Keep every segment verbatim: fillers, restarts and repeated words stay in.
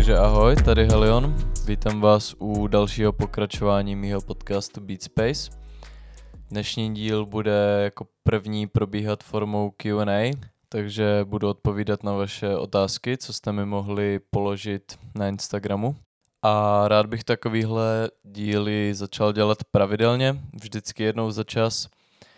Takže ahoj, tady Helion. Vítám vás u dalšího pokračování mýho podcastu Beat Space. Dnešní díl bude jako první probíhat formou Q and A, takže budu odpovídat na vaše otázky, co jste mi mohli položit na Instagramu. A rád bych takovýhle díly začal dělat pravidelně, vždycky jednou za čas,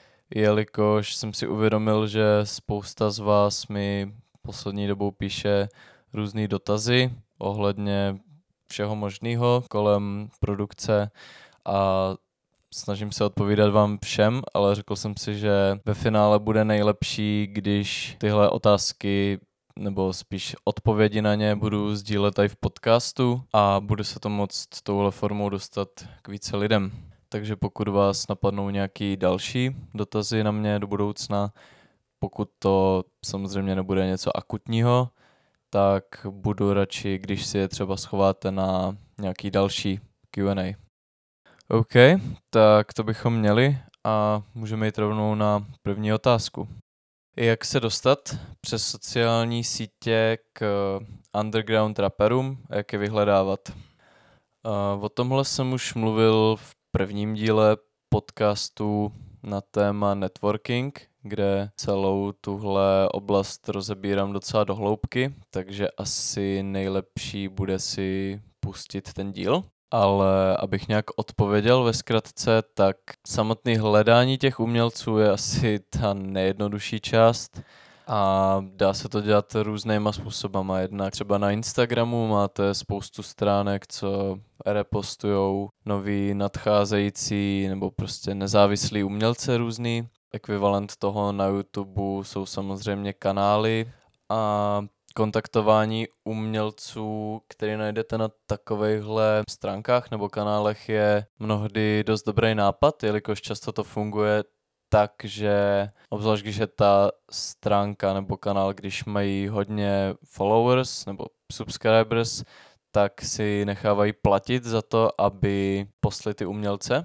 jelikož jsem si uvědomil, že spousta z vás mi poslední dobou píše různý dotazy ohledně všeho možného kolem produkce a snažím se odpovídat vám všem, ale řekl jsem si, že ve finále bude nejlepší, když tyhle otázky nebo spíš odpovědi na ně budu sdílet tady v podcastu a bude se to moct touhle formou dostat k více lidem. Takže pokud vás napadnou nějaký další dotazy na mě do budoucna, pokud to samozřejmě nebude něco akutního, tak budu radši, když si je třeba schováte na nějaký další Q and A. OK, tak to bychom měli a můžeme jít rovnou na první otázku. Jak se dostat přes sociální sítě k underground raperům a jak je vyhledávat? Uh, o tomhle jsem už mluvil v prvním díle podcastu na téma networking, kde celou tuhle oblast rozebírám docela do hloubky, takže asi nejlepší bude si pustit ten díl. Ale abych nějak odpověděl ve zkratce, tak samotné hledání těch umělců je asi ta nejjednodušší část a dá se to dělat různýma způsobama. Jednak třeba na Instagramu máte spoustu stránek, co repostujou nový nadcházející nebo prostě nezávislí umělce různý. Ekvivalent toho na YouTube jsou samozřejmě kanály a kontaktování umělců, který najdete na takovejchhle stránkách nebo kanálech, je mnohdy dost dobrý nápad, jelikož často to funguje tak, že obzvlášť když je ta stránka nebo kanál, když mají hodně followers nebo subscribers, tak si nechávají platit za to, aby posli ty umělce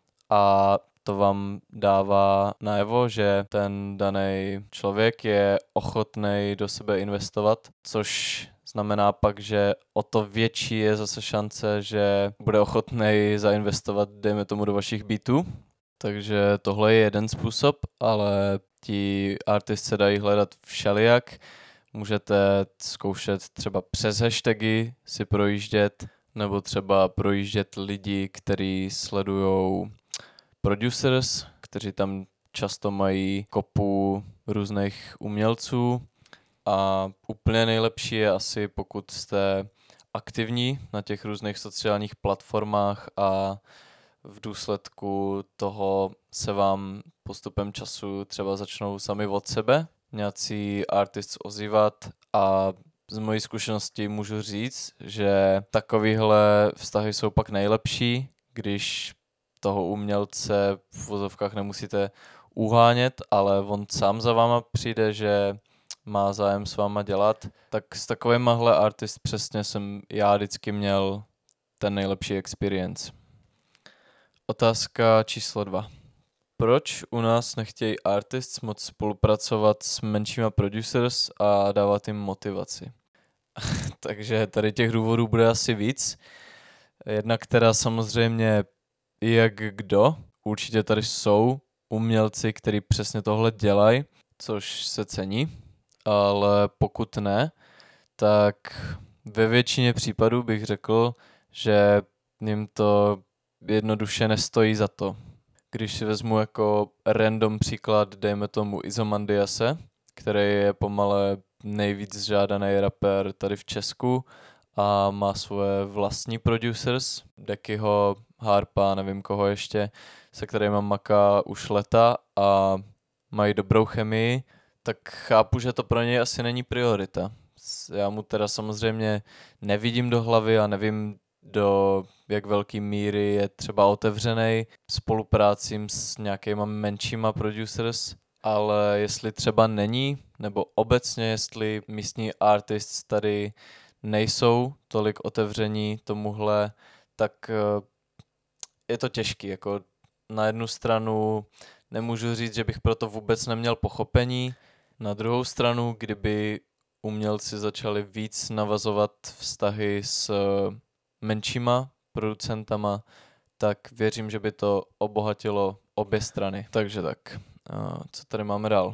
a to vám dává najevo, že ten daný člověk je ochotný do sebe investovat, což znamená pak, že o to větší je zase šance, že bude ochotný zainvestovat, dejme tomu, do vašich beatů. Takže tohle je jeden způsob, ale ti artisti se dají hledat všelijak. Můžete zkoušet třeba přes hashtagy si projíždět, nebo třeba projíždět lidi, kteří sledujou producers, kteří tam často mají kopu různých umělců a úplně nejlepší je asi, pokud jste aktivní na těch různých sociálních platformách a v důsledku toho se vám postupem času třeba začnou sami od sebe nějací artists ozývat a z mojí zkušenosti můžu říct, že takovýhle vztahy jsou pak nejlepší, když toho umělce v vozovkách nemusíte uhánět, ale on sám za váma přijde, že má zájem s váma dělat. Tak s takovýmahle artist přesně jsem já vždycky měl ten nejlepší experience. Otázka číslo dva. Proč u nás nechtějí artists moc spolupracovat s menšíma producers a dávat jim motivaci? Takže tady těch důvodů bude asi víc. Jednak teda samozřejmě jak kdo. Určitě tady jsou umělci, kteří přesně tohle dělají, což se cení, ale pokud ne, tak ve většině případů bych řekl, že jim to jednoduše nestojí za to. Když si vezmu jako random příklad, dejme tomu Izomandiase, který je pomale nejvíc žádaný rapper tady v Česku a má svoje vlastní producers, Dekyho, Harpa, nevím koho ještě, se kterýma maká už leta a mají dobrou chemii, tak chápu, že to pro něj asi není priorita. Já mu teda samozřejmě nevidím do hlavy a nevím, do jak velký míry je třeba otevřený spoluprácím s nějakýma menšíma producers, ale jestli třeba není, nebo obecně jestli místní artists tady nejsou tolik otevření tomuhle, tak je to těžký. Jako na jednu stranu nemůžu říct, že bych proto vůbec neměl pochopení, na druhou stranu, kdyby umělci začali víc navazovat vztahy s uh, menšíma producentama, tak věřím, že by to obohatilo obě strany. Takže tak, uh, co tady máme dál?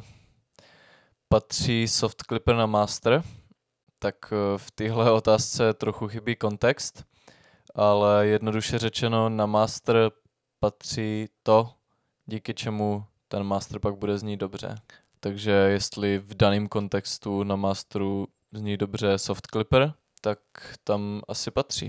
Patří Soft Clipper na master, tak uh, v téhle otázce trochu chybí kontext, ale jednoduše řečeno na master patří to, díky čemu ten master pak bude znít dobře. Takže jestli v daném kontextu na masteru zní dobře Soft Clipper, tak tam asi patří.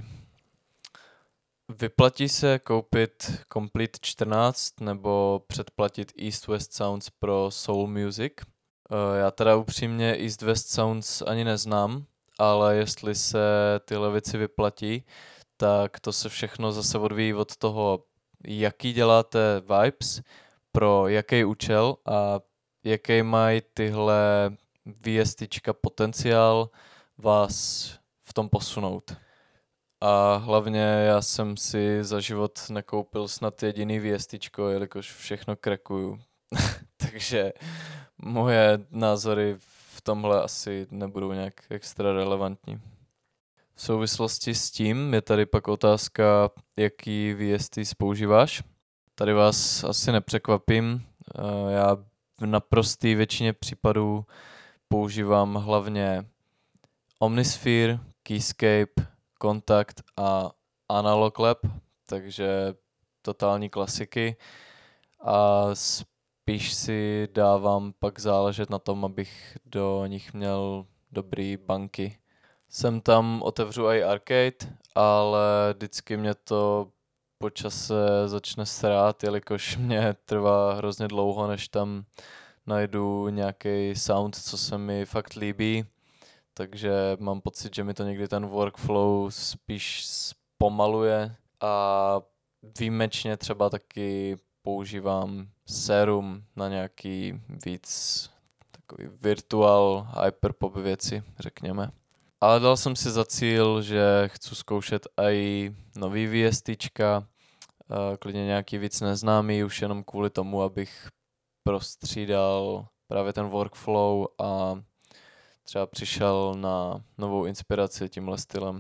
Vyplatí se koupit Complete čtrnáct nebo předplatit East West Sounds pro Soul Music? Já teda upřímně East West Sounds ani neznám, ale jestli se tyhle věci vyplatí, tak to se všechno zase odvíjí od toho, jaký děláte vibes, pro jaký účel a jaký mají tyhle VSTčka potenciál vás v tom posunout. A hlavně já jsem si za život nekoupil snad jediný VSTčko, jelikož všechno krekuju. Takže moje názory v tomhle asi nebudou nějak extra relevantní. V souvislosti s tím je tady pak otázka, jaký V S T používáš. Tady vás asi nepřekvapím. Já v naprosté většině případů používám hlavně Omnisphere, Keyscape, Kontakt a Analog Lab, takže totální klasiky. A spíš si dávám pak záležet na tom, abych do nich měl dobrý banky. Sem tam otevřu i arcade, ale vždycky mě to po čase začne srát, jelikož mě trvá hrozně dlouho, než tam najdu nějaký sound, co se mi fakt líbí. Takže mám pocit, že mi to někdy ten workflow spíš zpomaluje a výjimečně třeba taky používám Serum na nějaký víc takový virtual hyperpop věci, řekněme. Ale dal jsem si za cíl, že chci zkoušet i nový VSTčka, klidně nějaký víc neznámý, už jenom kvůli tomu, abych prostřídal právě ten workflow a třeba přišel na novou inspiraci tímhle stylem.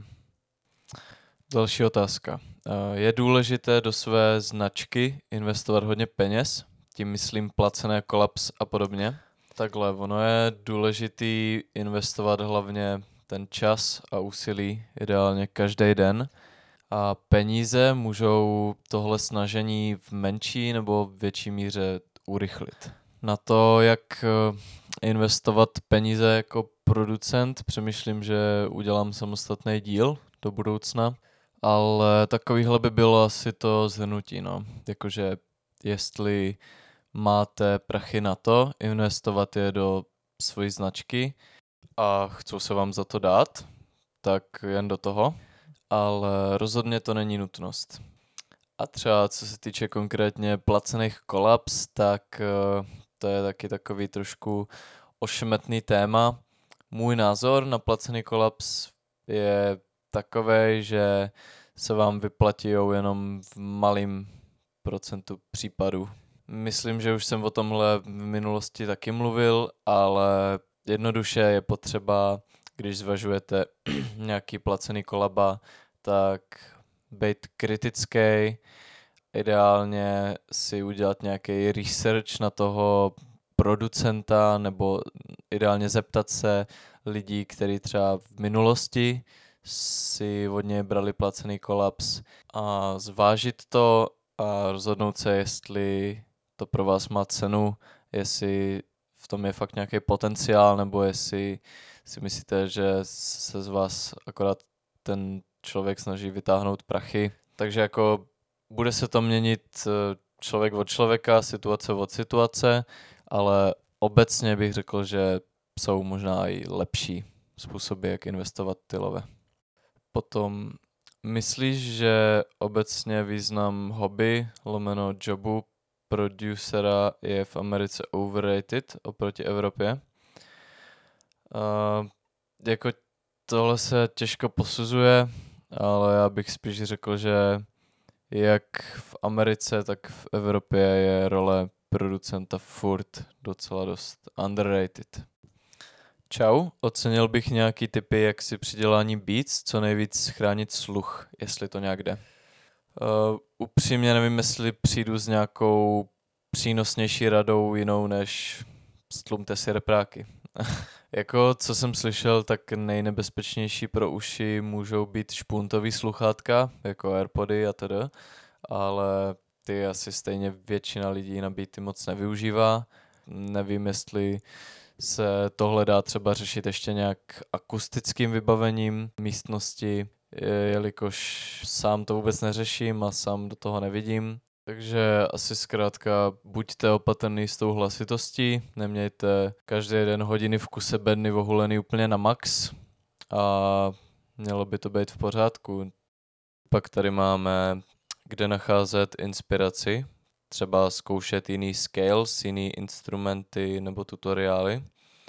Další otázka. Je důležité do své značky investovat hodně peněz? Tím myslím placené kolaps a podobně. Takhle, ono je důležitý investovat hlavně ten čas a úsilí, ideálně každý den. A peníze můžou tohle snažení v menší nebo větší míře urychlit. Na to, jak investovat peníze jako producent, přemýšlím, že udělám samostatný díl do budoucna, ale takovýhle by bylo asi to shrnutí, no. Jakože jestli máte prachy na to, investovat je do svojí značky a chcou se vám za to dát, tak jen do toho, ale rozhodně to není nutnost. A třeba co se týče konkrétně placených kolaps, tak to je taky takový trošku ošemetný téma. Můj názor na placený kolaps je takovej, že se vám vyplatí jenom v malém procentu případů. Myslím, že už jsem o tomhle v minulosti taky mluvil, ale jednoduše je potřeba, když zvažujete nějaký placený kolaba, tak být kritický, ideálně si udělat nějaký research na toho producenta nebo ideálně zeptat se lidí, kteří třeba v minulosti si od něj brali placený kolaps a zvážit to a rozhodnout se, jestli to pro vás má cenu, jestli v tom je fakt nějaký potenciál, nebo jestli si myslíte, že se z vás akorát ten člověk snaží vytáhnout prachy. Takže jako bude se to měnit člověk od člověka, situace od situace, ale obecně bych řekl, že jsou možná i lepší způsoby, jak investovat ty love. Potom myslíš, že obecně význam hobby, lomeno jobu, producera je v Americe overrated oproti Evropě? Uh, jako tohle se těžko posuzuje, ale já bych spíš řekl, že jak v Americe, tak v Evropě je role producenta furt docela dost underrated. Čau, ocenil bych nějaký tipy, jak si při dělání beats co nejvíc chránit sluch, jestli to nějak jde. Uh, upřímně nevím, jestli přijdu s nějakou přínosnější radou jinou než stlumte si repráky. Jako, co jsem slyšel, tak nejnebezpečnější pro uši můžou být špuntový sluchátka, jako AirPody a tedy, ale ty asi stejně většina lidí na beaty moc nevyužívá. Nevím, jestli se tohle dá třeba řešit ještě nějak akustickým vybavením místnosti, jelikož sám to vůbec neřeším a sám do toho nevidím. Takže asi zkrátka buďte opatrný s tou hlasitostí, nemějte každý den hodiny v kuse bedny ohulený úplně na max a mělo by to být v pořádku. Pak tady máme, kde nacházet inspiraci, třeba zkoušet jiný scales, jiný instrumenty nebo tutoriály.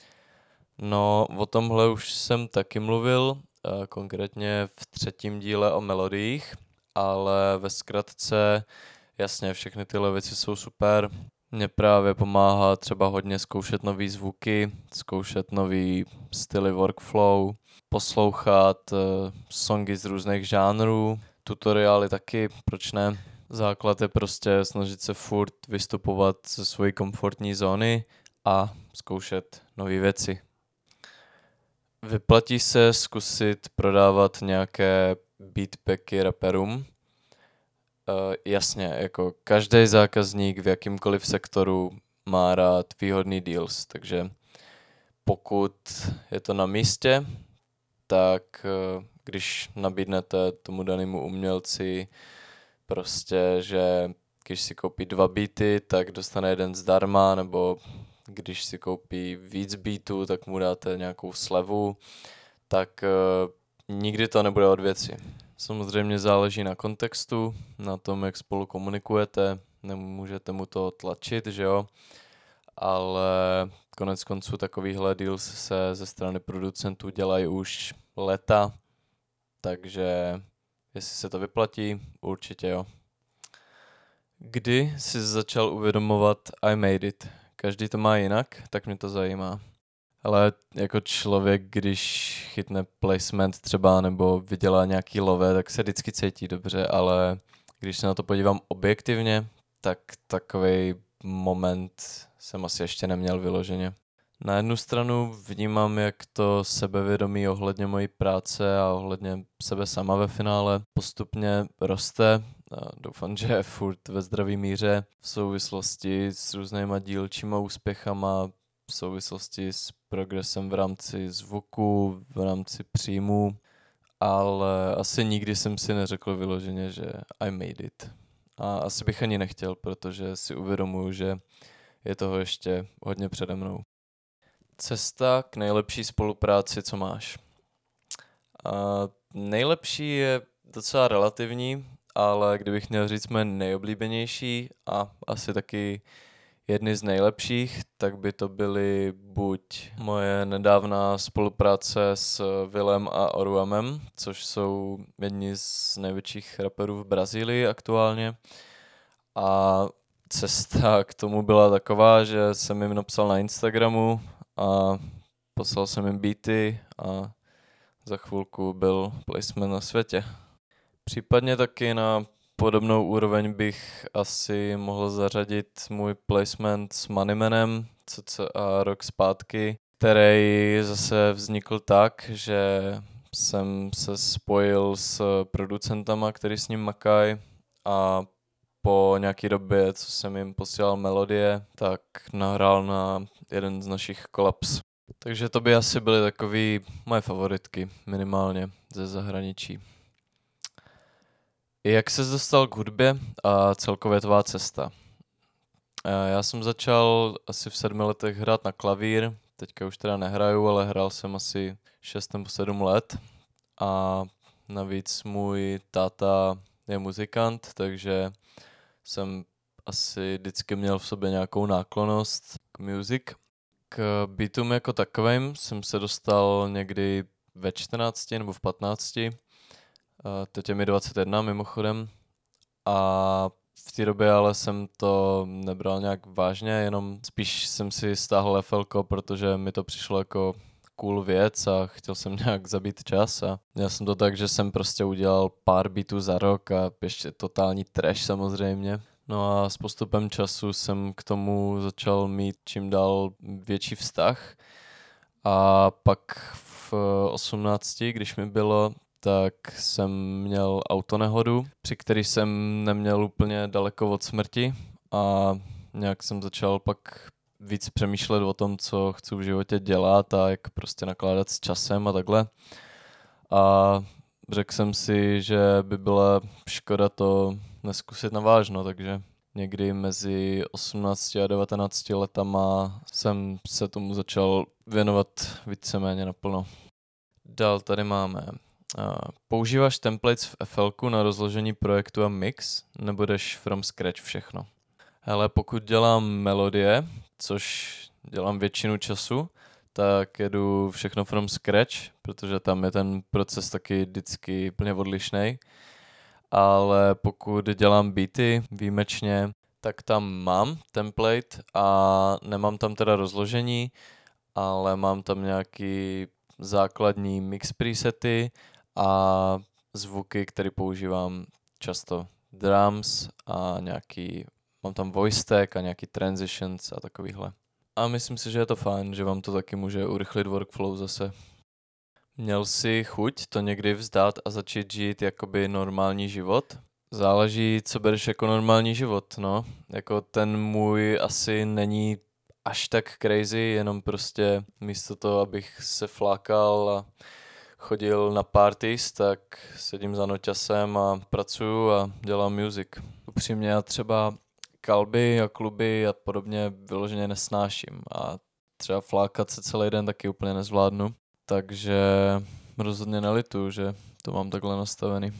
No, o tomhle už jsem taky mluvil, konkrétně v třetím díle o melodiích, ale ve zkratce, jasně, všechny tyhle věci jsou super. Mně právě pomáhá třeba hodně zkoušet nový zvuky, zkoušet nový styly workflow, poslouchat songy z různých žánrů, tutoriály taky, proč ne. Základ je prostě snažit se furt vystupovat ze své komfortní zóny a zkoušet nové věci. Vyplatí se zkusit prodávat nějaké beatpacky raperům. Uh, jasně, jako každý zákazník v jakýmkoliv sektoru má rád výhodný deals, takže pokud je to na místě, tak uh, když nabídnete tomu danému umělci prostě, že když si koupí dva beaty, tak dostane jeden zdarma, nebo když si koupí víc beatů, tak mu dáte nějakou slevu, tak uh, nikdy to nebude od věci. Samozřejmě záleží na kontextu, na tom, jak spolu komunikujete, nemůžete mu to tlačit, že jo, ale konec konců takovýhle deals se ze strany producentů dělají už léta, takže jestli se to vyplatí, určitě jo. Kdy jsi začal uvědomovat I made it? Každý to má jinak, tak mě to zajímá. Ale jako člověk, když chytne placement třeba nebo vydělá nějaký love, tak se vždycky cítí dobře, ale když se na to podívám objektivně, tak takovej moment jsem asi ještě neměl vyloženě. Na jednu stranu vnímám, jak to sebevědomí ohledně mojí práce a ohledně sebe sama ve finále postupně roste. A doufám, že je furt ve zdraví míře v souvislosti s různýma dílčíma úspěchama, v souvislosti s progresem v rámci zvuku, v rámci příjmu, ale asi nikdy jsem si neřekl vyloženě, že I made it. A asi bych ani nechtěl, protože si uvědomuji, že je toho ještě hodně přede mnou. Cesta k nejlepší spolupráci, co máš? A nejlepší je docela relativní, ale kdybych měl říct mé nejoblíbenější a asi taky jedny z nejlepších, tak by to byly buď moje nedávná spolupráce s Willem a Oruamem, což jsou jedni z největších raperů v Brazílii aktuálně. A cesta k tomu byla taková, že jsem jim napsal na Instagramu a poslal jsem jim beaty a za chvilku byl placement na světě. Případně taky na podobnou úroveň bych asi mohl zařadit můj placement s Moneymanem, cca rok zpátky, který zase vznikl tak, že jsem se spojil s producentama, který s ním makají a po nějaký době, co jsem jim posílal melodie, tak nahrál na jeden z našich kolaps. Takže to by asi byly takový moje favoritky, minimálně ze zahraničí. Jak ses dostal k hudbě a celkově tvá cesta? Já jsem začal asi v sedmi letech hrát na klavír, teďka už teda nehraju, ale hrál jsem asi šest nebo sedm let a navíc můj táta je muzikant, takže jsem asi vždycky měl v sobě nějakou náklonnost k music. K beatům jako takovým jsem se dostal někdy ve čtrnácti nebo v patnácti. Teď je mi dvacet jedna mimochodem a v té době ale jsem to nebral nějak vážně, jenom spíš jsem si stáhl F L ko, protože mi to přišlo jako cool věc a chtěl jsem nějak zabít čas a měl jsem to tak, že jsem prostě udělal pár beatů za rok a ještě totální trash samozřejmě. No a s postupem času jsem k tomu začal mít čím dál větší vztah a pak v osmnácti, když mi bylo, tak jsem měl autonehodu, při který jsem neměl úplně daleko od smrti a nějak jsem začal pak víc přemýšlet o tom, co chci v životě dělat a jak prostě nakládat s časem a takhle. A řekl jsem si, že by byla škoda to neskusit navážno, takže někdy mezi osmnácti a devatenácti letama jsem se tomu začal věnovat víceméně naplno. Dál tady máme. Používáš templates v F L ku na rozložení projektu a mix, nebo jdeš from scratch všechno? Hele, pokud dělám melodie, což dělám většinu času, tak jedu všechno from scratch, protože tam je ten proces taky vždycky plně odlišnej. Ale pokud dělám beaty výjimečně, tak tam mám template a nemám tam teda rozložení, ale mám tam nějaký základní mix presety a zvuky, které používám často. Drums a nějaký, mám tam voice tag a nějaký transitions a takovýhle. A myslím si, že je to fajn, že vám to taky může urychlit workflow zase. Měl jsi chuť to někdy vzdát a začít žít jakoby normální život? Záleží, co bereš jako normální život, no. Jako ten můj asi není až tak crazy, jenom prostě místo toho, abych se flákal a chodil na parties, tak sedím za noťasem a pracuju a dělám music. Upřímně já třeba kalby a kluby a podobně vyloženě nesnáším a třeba flákat se celý den taky úplně nezvládnu. Takže rozhodně nelituju, že to mám takhle nastavený.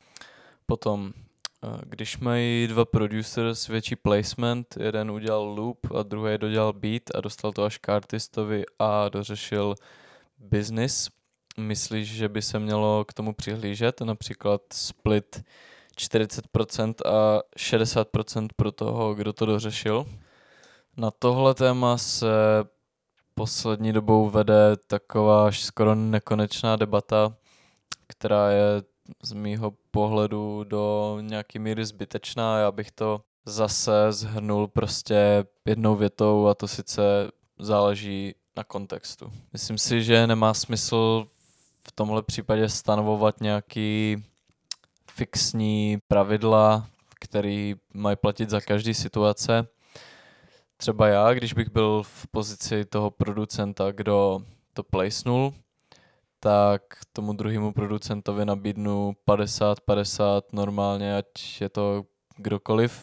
Potom, když mají dva producers větší placement, jeden udělal loop a druhý dodělal beat a dostal to až k artistovi a dořešil business, myslíš, že by se mělo k tomu přihlížet? Například split čtyřicet procent a šedesát procent pro toho, kdo to dořešil? Na tohle téma se poslední dobou vede taková až skoro nekonečná debata, která je z mýho pohledu do nějaký míry zbytečná. Já bych to zase shrnul prostě jednou větou a to sice záleží na kontextu. Myslím si, že nemá smysl v tomhle případě stanovovat nějaký fixní pravidla, které mají platit za každý situace. Třeba já, když bych byl v pozici toho producenta, kdo to placenul, tak tomu druhému producentovi nabídnu padesát padesát normálně, ať je to kdokoliv.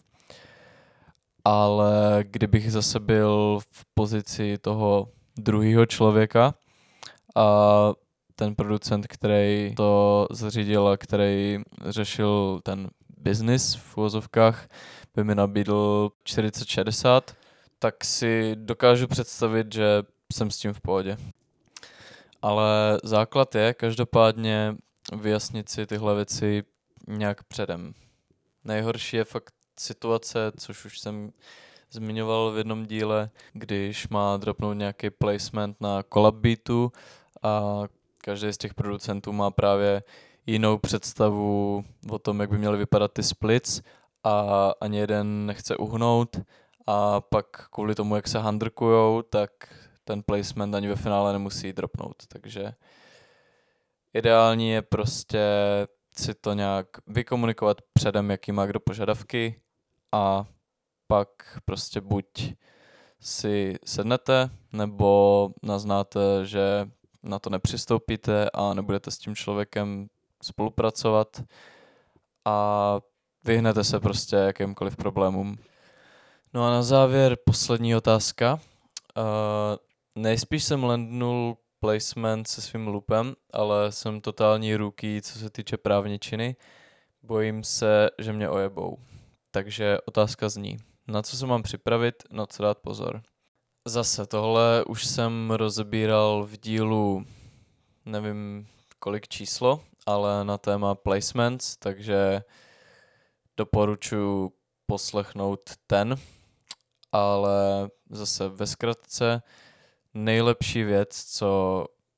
Ale kdybych zase byl v pozici toho druhého člověka a ten producent, který to zařídil a který řešil ten business v uvozovkách, by mi nabídl čtyřicet šedesát, tak si dokážu představit, že jsem s tím v pohodě. Ale základ je každopádně vyjasnit si tyhle věci nějak předem. Nejhorší je fakt situace, což už jsem zmiňoval v jednom díle, když má dropnout nějaký placement na collab beatu a každý z těch producentů má právě jinou představu o tom, jak by měly vypadat ty splits a ani jeden nechce uhnout a pak kvůli tomu, jak se handrkujou, tak ten placement ani ve finále nemusí dropnout. Takže ideální je prostě si to nějak vykomunikovat předem, jaký má kdo požadavky a pak prostě buď si sednete, nebo naznáte, že na to nepřistoupíte a nebudete s tím člověkem spolupracovat a vyhnete se prostě jakýmkoliv problémům. No a na závěr poslední otázka. Uh, nejspíš jsem landnul placement se svým loopem, ale jsem totální rookie, co se týče právničiny. Bojím se, že mě ojebou. Takže otázka zní, na co se mám připravit, na co dát pozor. Zase tohle už jsem rozebíral v dílu, nevím kolik číslo, ale na téma placements, takže doporučuji poslechnout ten, ale zase ve zkratce nejlepší věc, co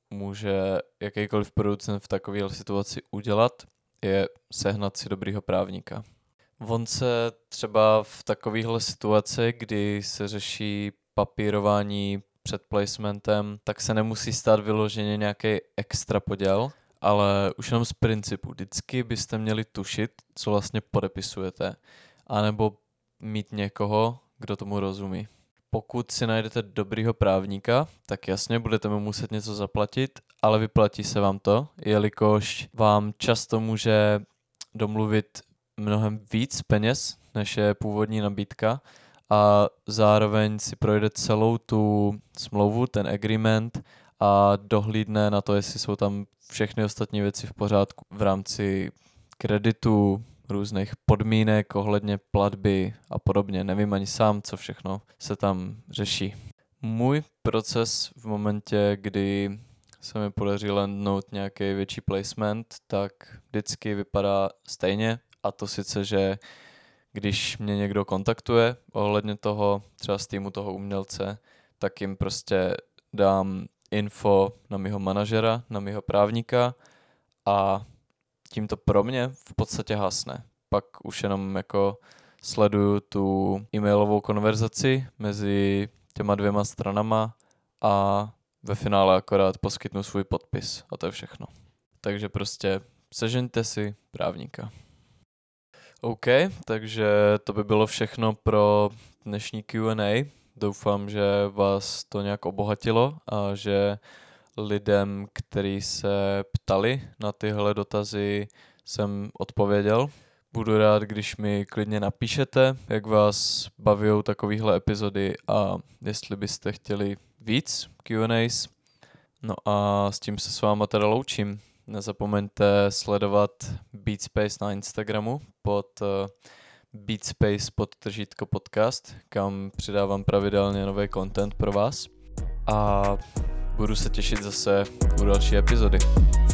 může jakýkoliv producent v takové situaci udělat, je sehnat si dobrýho právníka. On se třeba v takovéhle situaci, kdy se řeší papírování před placementem, tak se nemusí stát vyloženě nějaký extra poděl, ale už jenom z principu. Vždycky byste měli tušit, co vlastně podepisujete, anebo mít někoho, kdo tomu rozumí. Pokud si najdete dobrýho právníka, tak jasně budete mu muset něco zaplatit, ale vyplatí se vám to, jelikož vám často může domluvit mnohem víc peněz, než je původní nabídka, a zároveň si projde celou tu smlouvu, ten agreement, a dohlídne na to, jestli jsou tam všechny ostatní věci v pořádku v rámci kreditu, různých podmínek ohledně platby a podobně. Nevím ani sám, co všechno se tam řeší. Můj proces v momentě, kdy se mi podaří landnout nějaký větší placement, tak vždycky vypadá stejně, a to sice, že když mě někdo kontaktuje ohledně toho, třeba z týmu toho umělce, tak jim prostě dám info na mýho manažera, na mýho právníka a tím to pro mě v podstatě hasne. Pak už jenom jako sleduju tu e-mailovou konverzaci mezi těma dvěma stranama a ve finále akorát poskytnu svůj podpis a to je všechno. Takže prostě sežeňte si právníka. OK, takže to by bylo všechno pro dnešní Q and A. Doufám, že vás to nějak obohatilo a že lidem, kteří se ptali na tyhle dotazy, jsem odpověděl. Budu rád, když mi klidně napíšete, jak vás baví takovéhle epizody a jestli byste chtěli víc Q and A's. No a s tím se s váma teda loučím. Nezapomeňte sledovat Beatspace na Instagramu pod uh, Beatspace podtržítko podcast, kam přidávám pravidelně nový content pro vás. A budu se těšit zase u další epizody.